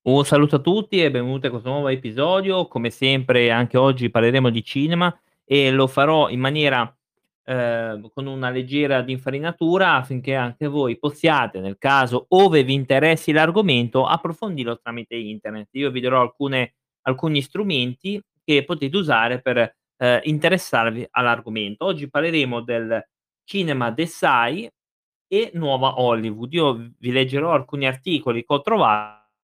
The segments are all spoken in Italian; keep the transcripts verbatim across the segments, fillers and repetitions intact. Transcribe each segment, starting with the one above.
Un saluto a tutti e benvenuti a questo nuovo episodio. Come sempre anche oggi parleremo di cinema e lo farò in maniera ehm, con una leggera d infarinatura affinché anche voi possiate, nel caso ove vi interessi l'argomento, approfondirlo tramite internet. Io vi darò alcune alcuni strumenti che potete usare per, ehm, interessarvi all'argomento. Oggi parleremo del cinema d'essai e nuova Hollywood. Io v vi leggerò alcuni articoli che ho trovato,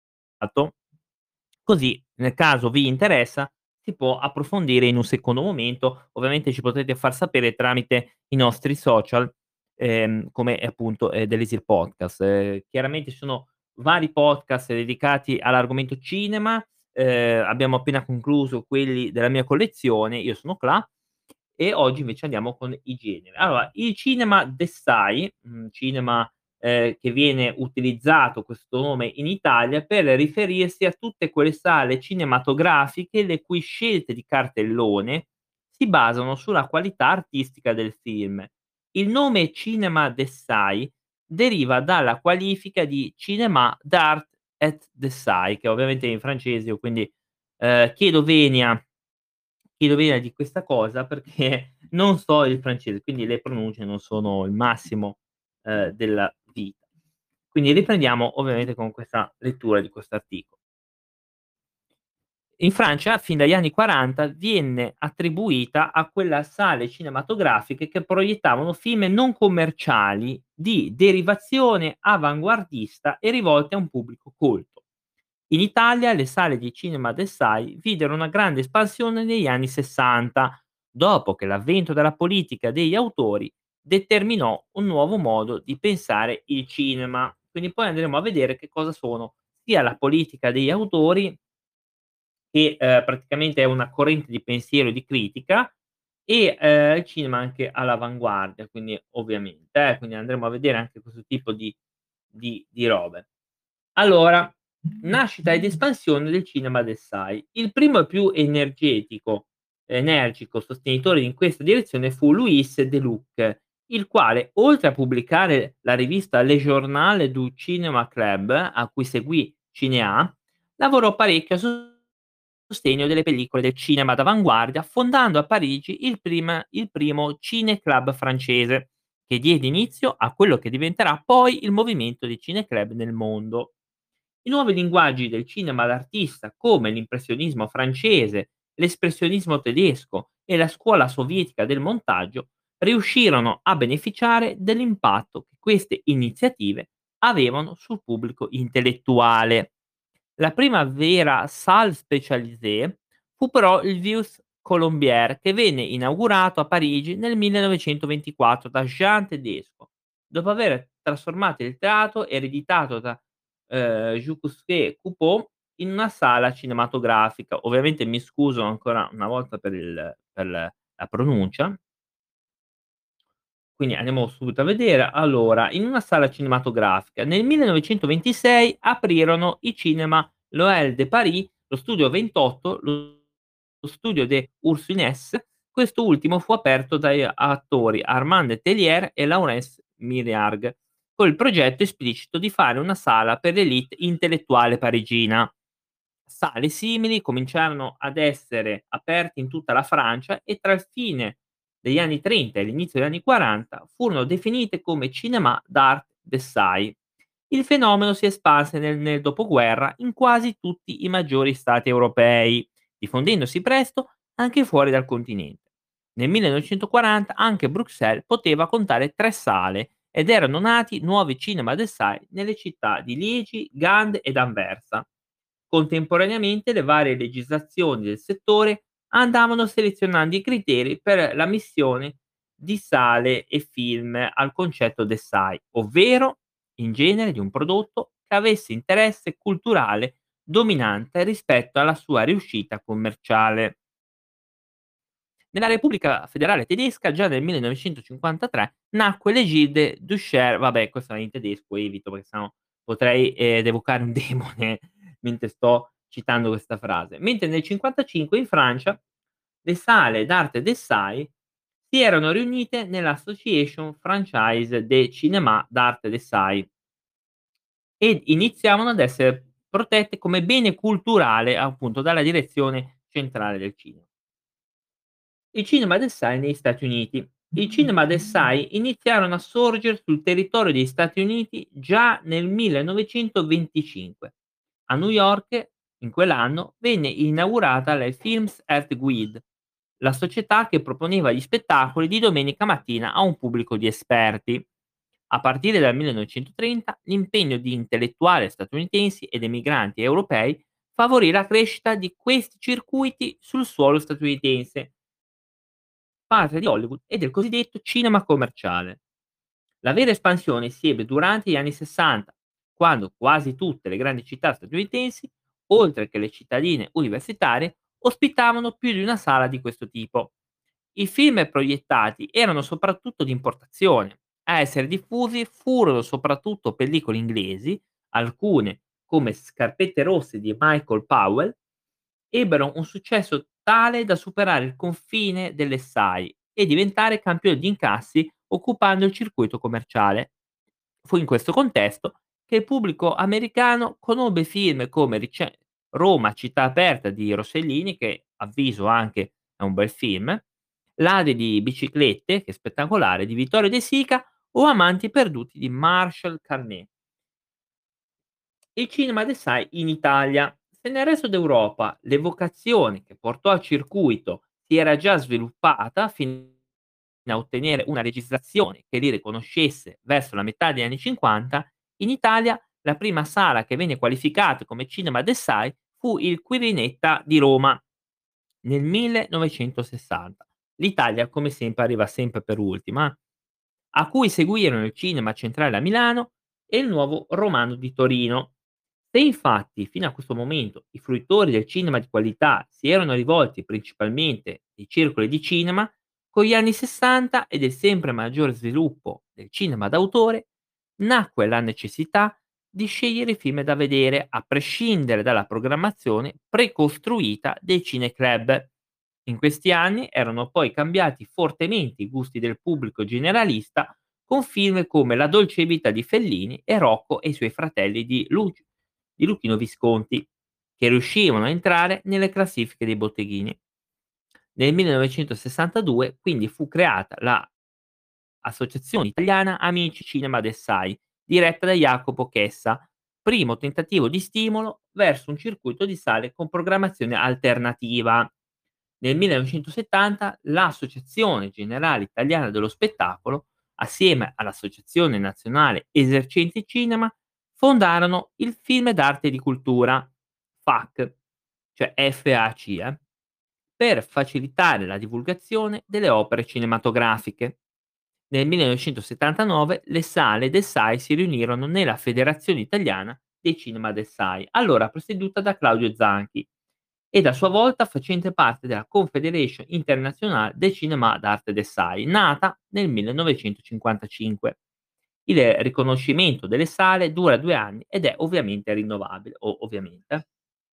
così nel caso vi interessa si può approfondire in un secondo momento. Ovviamente ci potete far sapere tramite i nostri social, ehm, come è appunto, ehm, dell'Easy Podcast. Ehm, chiaramente ci sono vari podcast dedicati all'argomento cinema, ehm, abbiamo appena concluso quelli della mia collezione, io sono Cla, e oggi invece andiamo con i generi. Allora, il cinema d'essai, mhmm, cinema, ehm, che viene utilizzato questo nome in Italia per riferirsi a tutte quelle sale cinematografiche le cui scelte di cartellone si basano sulla qualità artistica del film. Il nome cinema d'essai deriva dalla qualifica di cinéma d'art et d'essai, che ovviamente in francese, quindi, ehm, chiedo venia chiedo venia di questa cosa perché non so il francese, quindi le pronunce non sono il massimo, ehm, della vita. Quindi riprendiamo ovviamente con questa lettura di questo artico. In Francia, fin dagli anni 'quaranta, viene attribuita a quella sale cinematografiche che proiettavano film non commerciali di derivazione avanguardista e rivolte a un pubblico colto. In Italia le sale di cinema d'essai videro una grande espansione negli anni 'sessanta, dopo che l'avvento della politica degli autori determinò un nuovo modo di pensare il cinema. Quindi poi andremo a vedere che cosa sono sia la politica degli autori che, ehm, praticamente è una corrente di pensiero e di critica, e, ehm, il cinema anche all'avanguardia, quindi ovviamente eh, quindi andremo a vedere anche questo tipo di di di robe. Allora, nascita ed espansione del cinema d'essai. Il primo e più energetico energico sostenitore in questa direzione fu Louis Deluc, il quale oltre a pubblicare la rivista Le Journal du Cinéma Club, a cui seguì Cinea, lavorò parecchio a sostegno delle pellicole del cinema d'avanguardia, fondando a Parigi il prima il primo Ciné-Club francese, che diede inizio a quello che diventerà poi il movimento dei cineclub nel mondo. I nuovi linguaggi del cinema d'artista, come l'impressionismo francese, l'espressionismo tedesco e la scuola sovietica del montaggio, riuscirono a beneficiare dell'impatto che queste iniziative avevano sul pubblico intellettuale. La prima vera salle spécialisée fu però il Vieux Colombier, che venne inaugurato a Parigi nel millenovecentoventiquattro da Jean Tedesco, dopo aver trasformato il teatro ereditato da ehm, Jules Coupeau in una sala cinematografica. Ovviamente mi scuso ancora una volta per il per la pronuncia. Quindi andiamo subito a vedere. Allora, in una sala cinematografica nel millenovecentoventisei aprirono i cinema L'Oeil de Paris, lo Studio ventotto, lo lo Studio des Ursinets. Questo ultimo fu aperto dai attori Armand Tellier e Laurence Miriarg, col progetto esplicito di fare una sala per l'élite intellettuale parigina. Sale simili cominciarono ad essere aperte in tutta la Francia e tra il fine degli anni 'trenta e l'inizio degli anni 'quaranta furono definite come cinéma d'art d'essai. Il fenomeno si espanse nel nel dopoguerra in quasi tutti i maggiori stati europei, diffondendosi presto anche fuori dal continente. Nel millenovecentoquaranta anche Bruxelles poteva contare tre sale ed erano nati nuovi cinema d'essai nelle città di Liegi, Gand ed Anversa. Contemporaneamente le varie legislazioni del settore andavano selezionando i criteri per l'ammissione di sale e film al concetto d'essai, ovvero in genere di un prodotto che avesse interesse culturale dominante rispetto alla sua riuscita commerciale. Nella Repubblica Federale Tedesca già nel millenovecentocinquantatré nacque l'Egide Duscher, vabbè questo è in tedesco, evito perché sennò potrei, ehm, ed evocare un demone mentre sto citando questa frase. Mentre nel 'cinquantacinque in Francia le sale d'arte d'essai si erano riunite nell'Association Française des Cinémas d'Art d'Essai ed iniziavano ad essere protette come bene culturale appunto dalla direzione centrale del cinema. Il cinema d'essai negli Stati Uniti. I cinema d'essai iniziarono a sorgere sul territorio degli Stati Uniti già nel millenovecentoventicinque. A New York, in quell'anno, venne inaugurata la Films at Guild, la società che proponeva gli spettacoli di domenica mattina a un pubblico di esperti. A partire dal millenovecentotrenta, l'impegno di intellettuali statunitensi ed emigranti europei favorì la crescita di questi circuiti sul suolo statunitense, patria di Hollywood e del cosiddetto cinema commerciale. La vera espansione si ebbe durante gli anni sessanta, quando quasi tutte le grandi città statunitensi, oltre che le cittadine universitarie, ospitavano più di una sala di questo tipo. I film proiettati erano soprattutto di importazione. A essere diffusi furono soprattutto pellicole inglesi, alcune, come Scarpette rosse di Michael Powell, ebbero un successo tale da superare il confine delle sai e diventare campioni di incassi occupando il circuito commerciale. Fu in questo contesto che il pubblico americano conobbe film come Rice- Roma, città aperta di Rossellini, che avviso anche è un bel film, Lade di biciclette, che è spettacolare, di Vittorio De Sica, o Amanti perduti di Marshall Carné. Il cinema d'essai in Italia. Se nel resto d'Europa l'evocazione che portò al circuito si era già sviluppata fino a ottenere una legislazione che li riconoscesse verso la metà degli anni cinquanta, in Italia la prima sala che venne qualificata come cinema d'essai fu il Quirinetta di Roma nel millenovecentosessanta. L'Italia, come sempre, arriva sempre per ultima, a cui seguirono il Cinema Centrale a Milano e il Nuovo Romano di Torino. Se infatti fino a questo momento i fruitori del cinema di qualità si erano rivolti principalmente ai circoli di cinema, con gli anni sessanta e del sempre maggiore sviluppo del cinema d'autore, nacque la necessità di scegliere i film da vedere a prescindere dalla programmazione precostruita dei cineclub. In questi anni erano poi cambiati fortemente i gusti del pubblico generalista con film come La dolce vita di Fellini e Rocco e i suoi fratelli di, Lu- di Luchino Visconti, che riuscivano a entrare nelle classifiche dei botteghini. Nel millenovecentosessantadue quindi fu creata la Associazione Italiana Amici Cinema d'Essai, diretta da Jacopo Chessa, primo tentativo di stimolo verso un circuito di sale con programmazione alternativa. Nel millenovecentosettanta l'Associazione Generale Italiana dello Spettacolo, assieme all'Associazione Nazionale Esercenti Cinema, fondarono il Film d'Arte e di Cultura, F A C, cioè F A C, eh, per facilitare la divulgazione delle opere cinematografiche. Nel millenovecentosettantanove le sale d'essai si riunirono nella Federazione Italiana dei Cinema d'Essai, allora presieduta da Claudio Zanchi, ed a sua volta facente parte della Confederation Internationale del Cinema d'Arte d'Essai, nata nel millenovecentocinquantacinque. Il riconoscimento delle sale dura due anni ed è ovviamente rinnovabile, o ovviamente.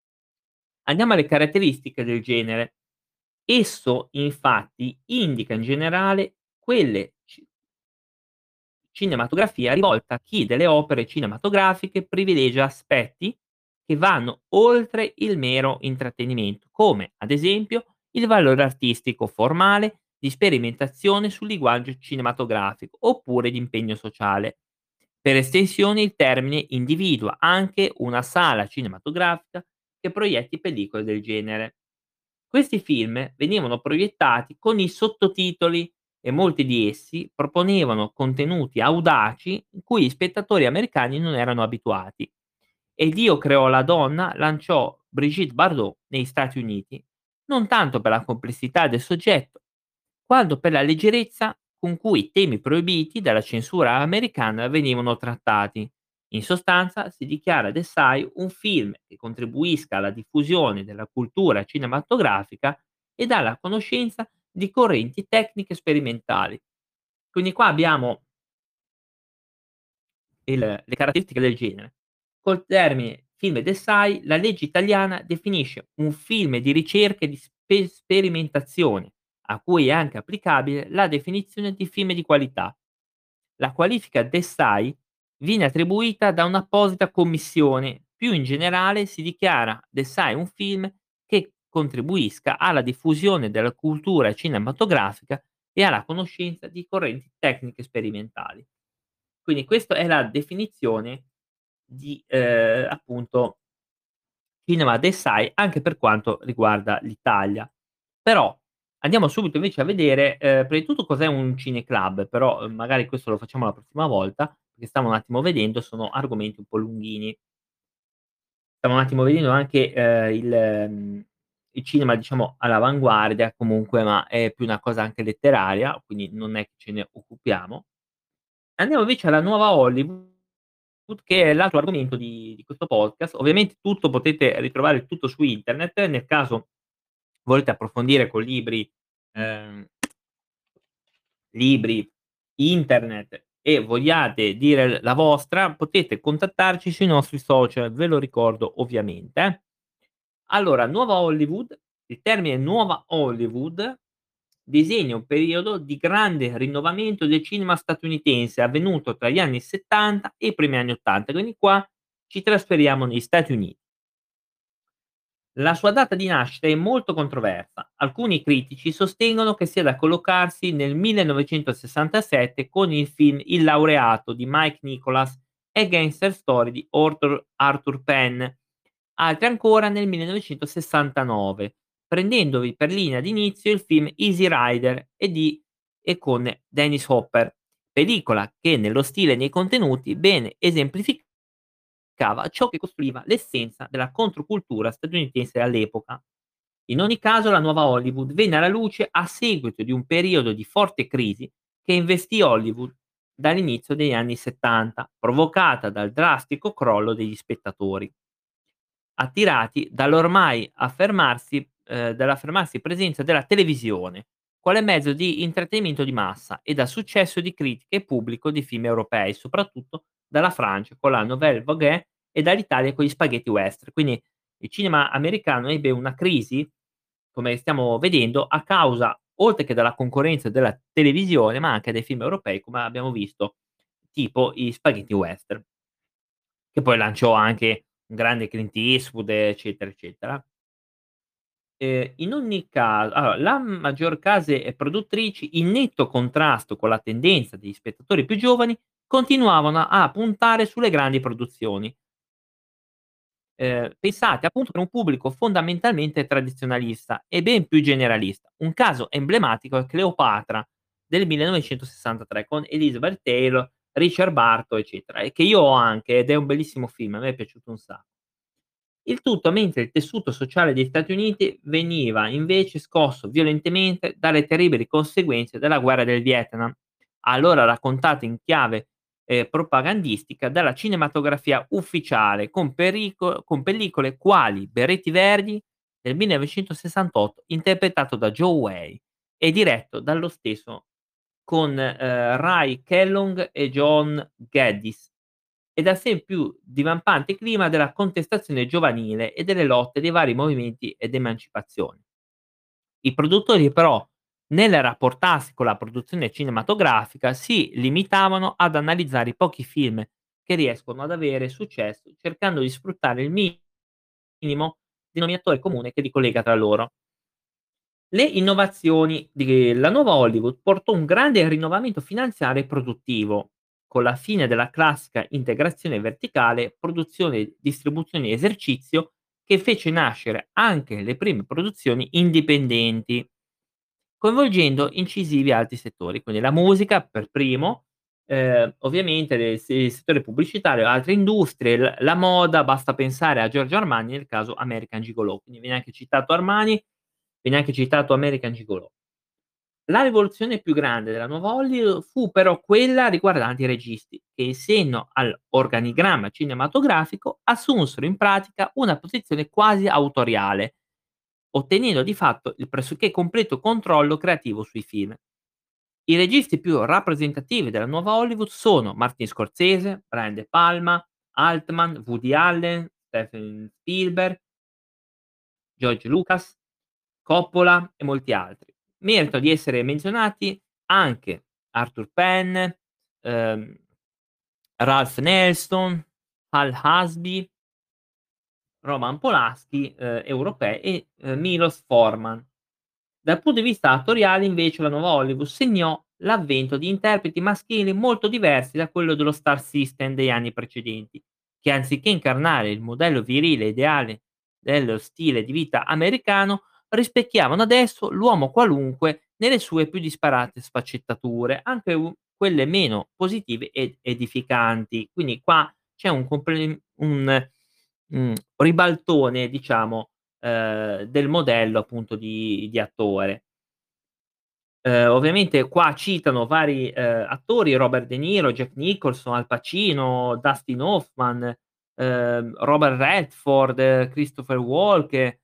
Andiamo alle caratteristiche del genere. Esso infatti indica in generale quelle ci cinematografia rivolta a chi delle opere cinematografiche privilegia aspetti che vanno oltre il mero intrattenimento, come ad esempio il valore artistico formale, di sperimentazione sul linguaggio cinematografico oppure di impegno sociale. Per estensione il termine individua anche una sala cinematografica che proietti pellicole del genere. Questi film venivano proiettati con i sottotitoli e molti di essi proponevano contenuti audaci in cui gli spettatori americani non erano abituati. E Dio creò la donna lanciò Brigitte Bardot negli Stati Uniti, non tanto per la complessità del soggetto, quanto per la leggerezza con cui i temi proibiti dalla censura americana venivano trattati. In sostanza, si dichiara The Sai un film che contribuisca alla diffusione della cultura cinematografica e alla conoscenza di correnti tecniche sperimentali. Quindi qua abbiamo il- le caratteristiche del genere. Col termine film d'essai, la legge italiana definisce un film di ricerca e di spe- sperimentazione, a cui è anche applicabile la definizione di film di qualità. La qualifica d'essai viene attribuita da un'apposita commissione, Più in generale si dichiara Desai un film che contribuisca alla diffusione della cultura cinematografica e alla conoscenza di correnti tecniche sperimentali. Quindi questa è la definizione di, ehm, appunto Cinema Desai anche per quanto riguarda l'Italia. Però andiamo subito invece a vedere, ehm, prima di tutto cos'è un cineclub, però, uhm, magari questo lo facciamo la prossima volta, perché stavo un attimo vedendo, sono argomenti un po' lunghini. Stavo un attimo vedendo anche, ehm, il mhmm, il cinema diciamo all'avanguardia comunque, ma è più una cosa anche letteraria, quindi non è che ce ne occupiamo. Andiamo invece alla nuova Hollywood, che è l'altro argomento di di questo podcast. Ovviamente tutto potete ritrovare tutto su internet, nel caso volete approfondire con libri, ehm libri, internet e vogliate dire l la vostra, potete contattarci sui nostri social, ve lo ricordo ovviamente, eh. Allora, nuova Hollywood, il termine nuova Hollywood disegna un periodo di grande rinnovamento del cinema statunitense avvenuto tra gli anni 'settanta e i primi anni 'ottanta, quindi qua ci trasferiamo negli Stati Uniti. La sua data di nascita è molto controversa. Alcuni critici sostengono che sia da collocarsi nel millenovecentosessantasette con il film Il laureato di Mike Nicholas e Gangster Story di Arthur Arthur Penn, altri ancora nel millenovecentosessantanove, prendendovi per linea d'inizio il film Easy Rider e di e con Dennis Hopper, pellicola che nello stile e nei contenuti bene esemplificava ciò che costruiva l'essenza della controcultura statunitense all'epoca. In ogni caso la nuova Hollywood venne alla luce a seguito di un periodo di forte crisi che investì Hollywood dall'inizio degli anni 'settanta, provocata dal drastico crollo degli spettatori, attirati dall'ormai affermarsi ehm, dall'affermarsi presenza della televisione, quale mezzo di intrattenimento di massa e dal successo di critica e pubblico di film europei, soprattutto dalla Francia con la Nouvelle Vague e dall'Italia con gli spaghetti western. Quindi il cinema americano ebbe una crisi, come stiamo vedendo, a causa oltre che della concorrenza della televisione, ma anche dei film europei, come abbiamo visto, tipo gli spaghetti western, che poi lanciò anche un grande Clint Eastwood, eccetera, eccetera. Ehm, in ogni ca allora, la maggior case, ehm, produttrici, in netto contrasto con la tendenza degli spettatori più giovani, continuavano a puntare sulle grandi produzioni, ehm, pensate appunto per un pubblico fondamentalmente tradizionalista e ben più generalista. Un caso emblematico è Cleopatra del millenovecentosessantatré con Elizabeth Taylor, Richard Barton, eccetera, e che io ho anche ed è un bellissimo film, a me è piaciuto un sa il tutto mentre il tessuto sociale degli Stati Uniti veniva invece scosso violentemente dalle terribili conseguenze della guerra del Vietnam, allora raccontata in chiave, ehm, propagandistica dalla cinematografia ufficiale con perico con pellicole quali Berretti Verdi del millenovecentosessantotto interpretato da Joe Way e diretto dallo stesso con, ehm, Ray Kellogg e John Gaddis e dal sempre più divampante clima della contestazione giovanile e delle lotte dei vari movimenti ed emancipazioni. I produttori però, nel rapportarsi con la produzione cinematografica, si limitavano ad analizzare i pochi film che riescono ad avere successo, cercando di sfruttare il minimo denominatore comune che li collega tra loro. Le innovazioni di la nuova Hollywood portò un grande rinnovamento finanziario e produttivo, con la fine della classica integrazione verticale, produzione, distribuzione e esercizio, che fece nascere anche le prime produzioni indipendenti, coinvolgendo incisivi altri settori, quindi la musica per primo, ehm, ovviamente le se il settore pubblicitario, altre industrie, l la moda, basta pensare a Giorgio Armani nel caso American Gigolo, quindi viene anche citato Armani, viene anche citato American Gigolo. La rivoluzione più grande della nuova Hollywood fu però quella riguardante i registi, che in seno all'organigramma cinematografico assunsero in pratica una posizione quasi autoriale, ottenendo di fatto il pressoché completo controllo creativo sui film. I registi più rappresentativi della nuova Hollywood sono Martin Scorsese, Brian De Palma, Altman, Woody Allen, Steven Spielberg, George Lucas, Coppola e molti altri. Meritano di essere menzionati anche Arthur Penn, ehm, Ralph Nelson, Hal Hasby Roman Polanski, ehm, europei e, ehm, Milos Forman. Dal punto di vista attoriale invece la nuova Hollywood segnò l'avvento di interpreti maschili molto diversi da quello dello star system degli anni precedenti, che anziché incarnare il modello virile ideale dello stile di vita americano, rispecchiavano adesso l'uomo qualunque nelle sue più disparate sfaccettature, anche u quelle meno positive ed edificanti. Quindi qua c'è un comple un, mhmm, ribaltone diciamo, ehm, del modello appunto di di attore. Ehm, ovviamente qua citano vari, ehm, attori: Robert De Niro, Jack Nicholson, Al Pacino, Dustin Hoffman, ehm, Robert Redford, Christopher Walken,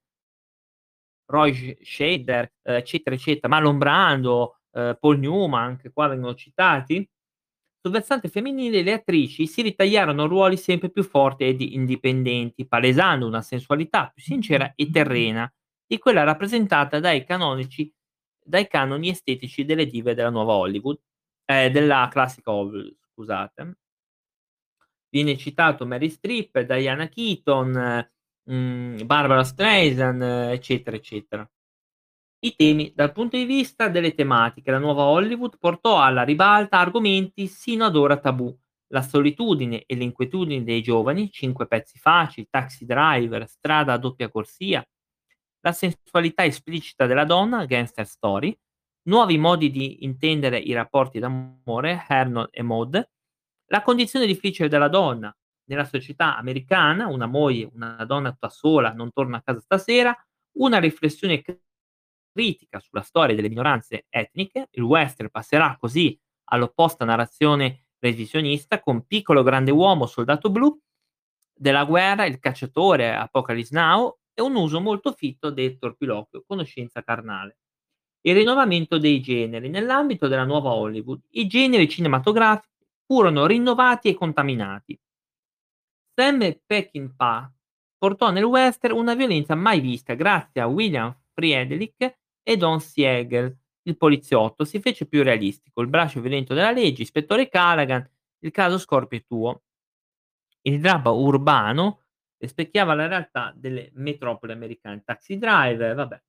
Roy Sch Scheider, ehm, eccetera, eccetera, Marlon Brando, ehm, Paul Newman, anche qua vengono citati. Sul versante femminile le attrici si ritagliarono ruoli sempre più forti ed indipendenti, palesando una sensualità più sincera e terrena di quella rappresentata dai canonici dai canoni estetici delle dive della nuova Hollywood, ehm, della classica Hollywood, scusate. Viene citato Meryl Streep, Diana Keaton, mhmm, Barbara Streisand, eh, eccetera, eccetera. I temi: dal punto di vista delle tematiche, la nuova Hollywood portò alla ribalta argomenti sino ad ora tabù: la solitudine e l'inquietudine dei giovani, Cinque pezzi facili, Taxi Driver, Strada a doppia corsia, la sensualità esplicita della donna, Gangster Story, nuovi modi di intendere i rapporti d'amore, Arnold e Maude, la condizione difficile della donna nella società americana, una moglie, una donna da sola, non torna a casa stasera, una riflessione critica sulla storia delle minoranze etniche. Il western passerà così all'opposta narrazione revisionista con Piccolo grande uomo, Soldato blu, della guerra, Il cacciatore, Apocalypse Now e un uso molto fitto del torpiloquio, Conoscenza carnale. Il rinnovamento dei generi. Nell'ambito della nuova Hollywood, i generi cinematografici furono rinnovati e contaminati. Sam Peckinpah portò nel western una violenza mai vista grazie a William Friedrich e Don Siegel. Il poliziotto si fece più realistico, il braccio violento della legge, Ispettore Callaghan, il caso Scorpio. Il dramma urbano rispecchiava la realtà delle metropoli americane, Taxi Driver, vabbè.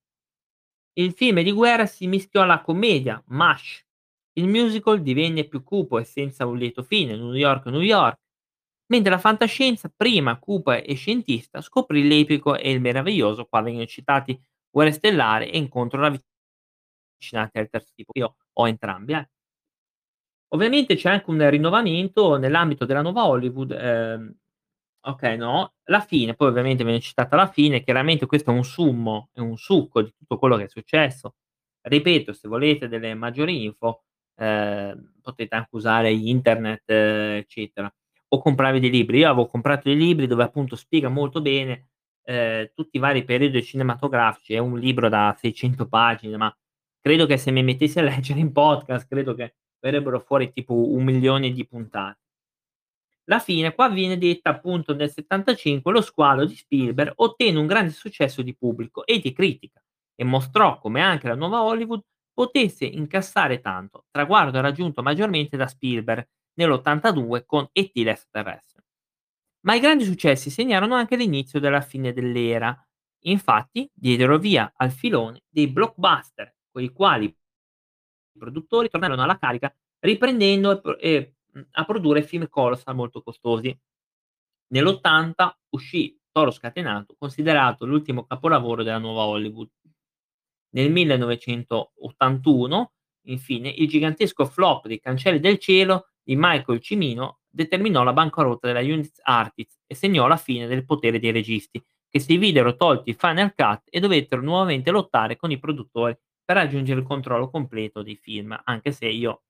Il film di guerra si mischiò alla commedia, MASH. Il musical divenne più cupo e senza un lieto fine, New York, New York. Mentre la fantascienza, prima cupa e scientista, scoprì l'epico e il meraviglioso, qua vengono citati Guerre stellari e Incontro ravvicinati al terzo tipo. Io ho entrambi, eh. Ovviamente c'è anche un rinnovamento nell'ambito della nuova Hollywood, ehm, okay, no, la fine, poi ovviamente viene citata la fine, chiaramente questo è un summo, è un succo di tutto quello che è successo. Ripeto, se volete delle maggiori info, ehm, potete anche usare internet, eh, eccetera, o comprarvi dei libri. Io avevo comprato dei libri dove appunto spiega molto bene, ehm, tutti i vari periodi cinematografici. È un libro da seicento pagine, ma credo che se mi mettessi a leggere in podcast, credo che verrebbero fuori tipo un milione di puntate. La fine qua viene detta appunto nel 'settantacinque lo squalo di Spielberg ottenne un grande successo di pubblico e di critica e mostrò come anche la nuova Hollywood potesse incassare tanto, traguardo raggiunto maggiormente da Spielberg nell'ottantadue con E T l'estraterrestre. Ma i grandi successi segnarono anche l'inizio della fine dell'era. Infatti diedero via al filone dei blockbuster, con i quali i produttori tornarono alla carica riprendendo e pro e, mhmm, a produrre film colossal molto costosi. Nell'ottanta uscì Toro scatenato, considerato l'ultimo capolavoro della nuova Hollywood. Nel millenovecentottantuno, infine, il gigantesco flop dei Cancelli del cielo di Michael Cimino determinò la bancarotta della United Artists e segnò la fine del potere dei registi, che si videro tolti il Final Cut e dovettero nuovamente lottare con i produttori per raggiungere il controllo completo dei film, anche se io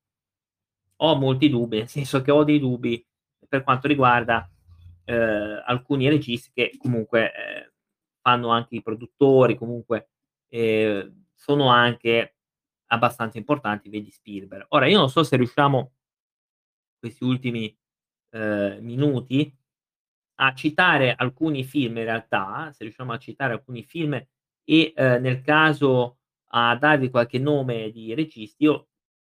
ho molti dubbi, nel senso che ho dei dubbi per quanto riguarda, ehm, alcuni registi che comunque, ehm, fanno anche i produttori, comunque, ehm, sono anche abbastanza importanti, vedi Spielberg. Ora io non so se riusciamo questi ultimi, ehm, minuti a citare alcuni film in realtà, se riusciamo a citare alcuni film e, ehm, nel caso a darvi qualche nome di registi. Io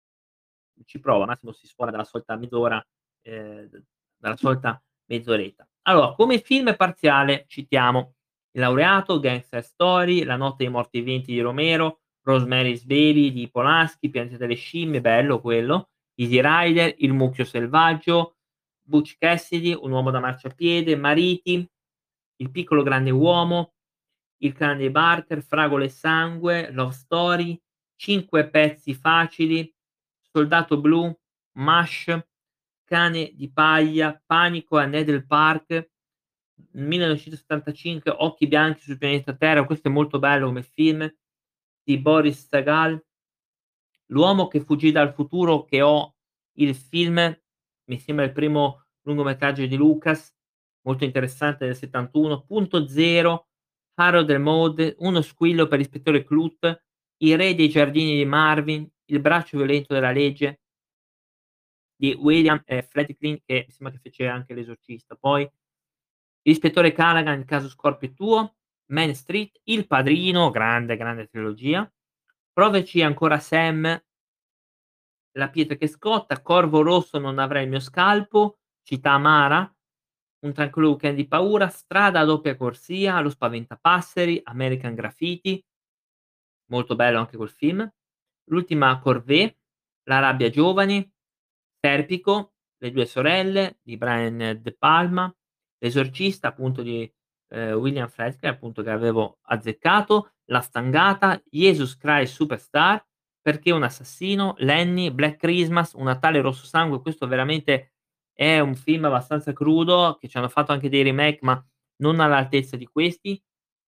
ci provo, al massimo si sfora dalla solita mezz'ora, ehm, d dalla solita mezz'oretta. Allora, come film parziale citiamo Il laureato, Gangster Story, La notte dei morti viventi di Romero, Rosemary's Baby di Polanski, Pianeta delle scimmie, bello quello, Easy Rider, Il mucchio selvaggio, Butch Cassidy, Un uomo da marciapiede, Mariti, Il piccolo grande uomo, Il cane dei Barker, Fragole e sangue, Love Story, Cinque pezzi facili, Soldato blu, MASH, Cane di paglia, Panico a Needle Park, millenovecentosettantacinque, Occhi bianchi sul pianeta Terra, questo è molto bello come film, di Boris Sagal. L'uomo che fuggì dal futuro, che ho il film, mi sembra il primo lungometraggio di Lucas, molto interessante del settantuno. Punto zero, Harold and Maude, Uno squillo per l'ispettore Clute, I re dei giardini di Marvin, Il braccio violento della legge di William, ehm, Friedkin, che mi sembra che fece anche L'Esorcista. Poi L'ispettore Callaghan, Il caso Scorpio è tuo, Main Street, Il padrino, grande, grande trilogia, Provaci ancora Sam, La pietra che scotta, Corvo rosso, Non avrai il mio scalpo, Città amara, Un tranquillo weekend di paura, Strada a doppia corsia, Lo spaventapasseri, American Graffiti, molto bello anche quel film, L'ultima corvée, La rabbia giovani, Serpico, Le due sorelle di Brian De Palma, L'esorcista appunto di, ehm, William Friedkin, appunto, che avevo azzeccato, La stangata, Jesus Christ Superstar, Perché un assassino, Lenny, Black Christmas, Un Natale rosso sangue. Questo veramente è un film abbastanza crudo, che ci hanno fatto anche dei remake, ma non all'altezza di questi.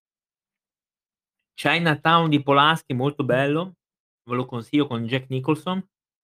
Chinatown di Polanski, molto bello, ve lo consiglio, con Jack Nicholson.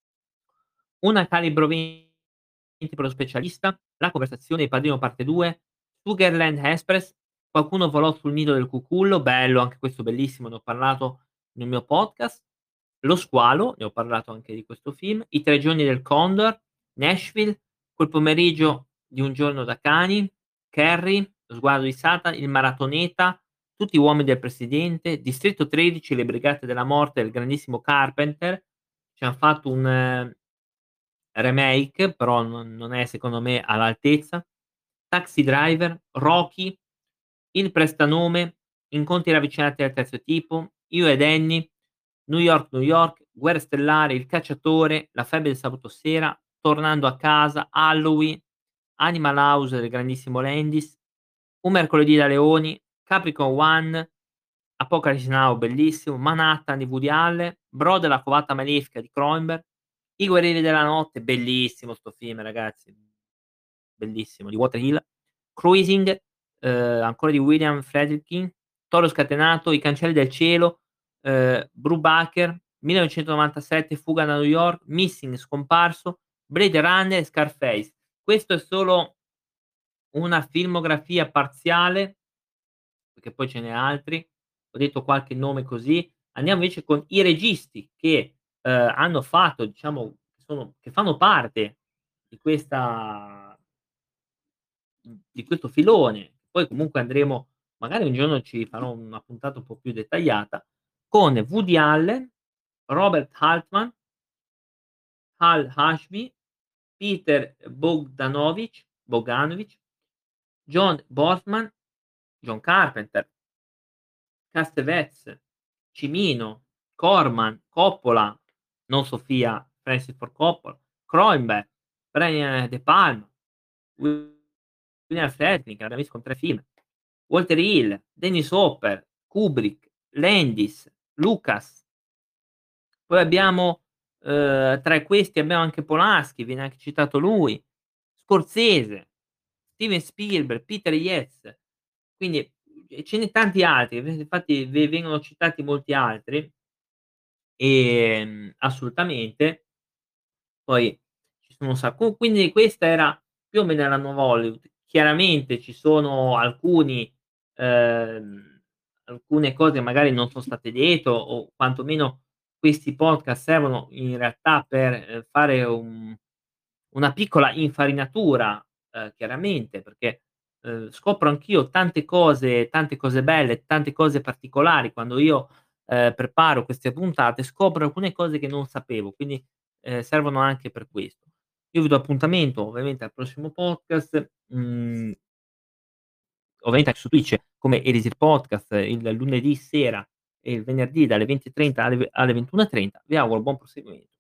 Una calibro venti per lo specialista, La conversazione, Il padrino parte due, Sugarland Express, Qualcuno volò sul nido del cucullo, bello anche questo, bellissimo, ne ho parlato nel mio podcast. Lo squalo, ne ho parlato anche di questo film, I tre giorni del Condor, Nashville, Quel pomeriggio di un giorno da cani, Carrie, Lo sguardo di Satan, Il maratoneta, Tutti uomini del presidente, Distretto tredici, Le brigate della morte del grandissimo Carpenter. Ci han fatto un eh, remake, però non non è secondo me all'altezza. Taxi Driver, Rocky, Il prestanome, Incontri ravvicinati del terzo tipo, Io ed Annie, New York, New York, Guerre stellari, Il cacciatore, La febbre del sabato sera, Tornando a casa, Halloween, Animal House del grandissimo Landis, Un mercoledì da leoni, Capricorn One, Apocalypse Now bellissimo, Manhattan di Woody Allen, Brode la covata malefica di Cronenberg, I guerrieri della notte, bellissimo 'sto film ragazzi, bellissimo, di Walter Hill, Cruising, ehm, ancora di William Friedkin, Toro scatenato, I cancelli del cielo, ehm, Brubaker, millenovecentonovantasette, Fuga da New York, Missing, scomparso, Blade Runner e Scarface. Questo è solo una filmografia parziale, perché poi ce n'è altri, ho detto qualche nome così. Andiamo invece con i registi che, ehm, hanno fatto, diciamo, sono che fanno parte di questa mhmm, di questo filone. Poi comunque andremo, magari un giorno ci farò una puntata un po' più dettagliata, con Woody Allen, Robert Altman, Hal Ashby, Peter Bogdanovich Bogdanovich, John Boortman, John Carpenter, Cassavetes, Cimino, Corman, Coppola, non Sofia, Francis Ford Coppola, Cronenberg, Brian De Palma, William Friedkin, che l'abbiamo visto con tre film, Walter Hill, Dennis Hopper, Kubrick, Landis, Lucas. Poi abbiamo, uhm, tra questi abbiamo anche Polanski, viene anche citato lui, Scorsese, Steven Spielberg, Peter Yates, quindi e ce n'è tanti altri, v infatti ve vengono citati molti altri, ehm, assolutamente. Poi ci sono un sacco, quindi questa era più o meno la nuova Hollywood. Chiaramente ci sono alcuni ehm, alcune cose magari non son state detto, o quantomeno questi podcast servono in realtà per, ehm, fare un una piccola infarinatura, ehm, chiaramente, perché, ehm, scopro anch'io tante cose tante cose belle, tante cose particolari quando io, ehm, preparo queste puntate, scopro alcune cose che non sapevo, quindi, ehm, servono anche per questo. Io vi do appuntamento ovviamente al prossimo podcast, mhmm, ovviamente anche su Twitch. come Elisir Podcast il lunedì sera e il venerdì dalle venti e trenta alle ve alle ventuno e trenta. Vi auguro buon proseguimento.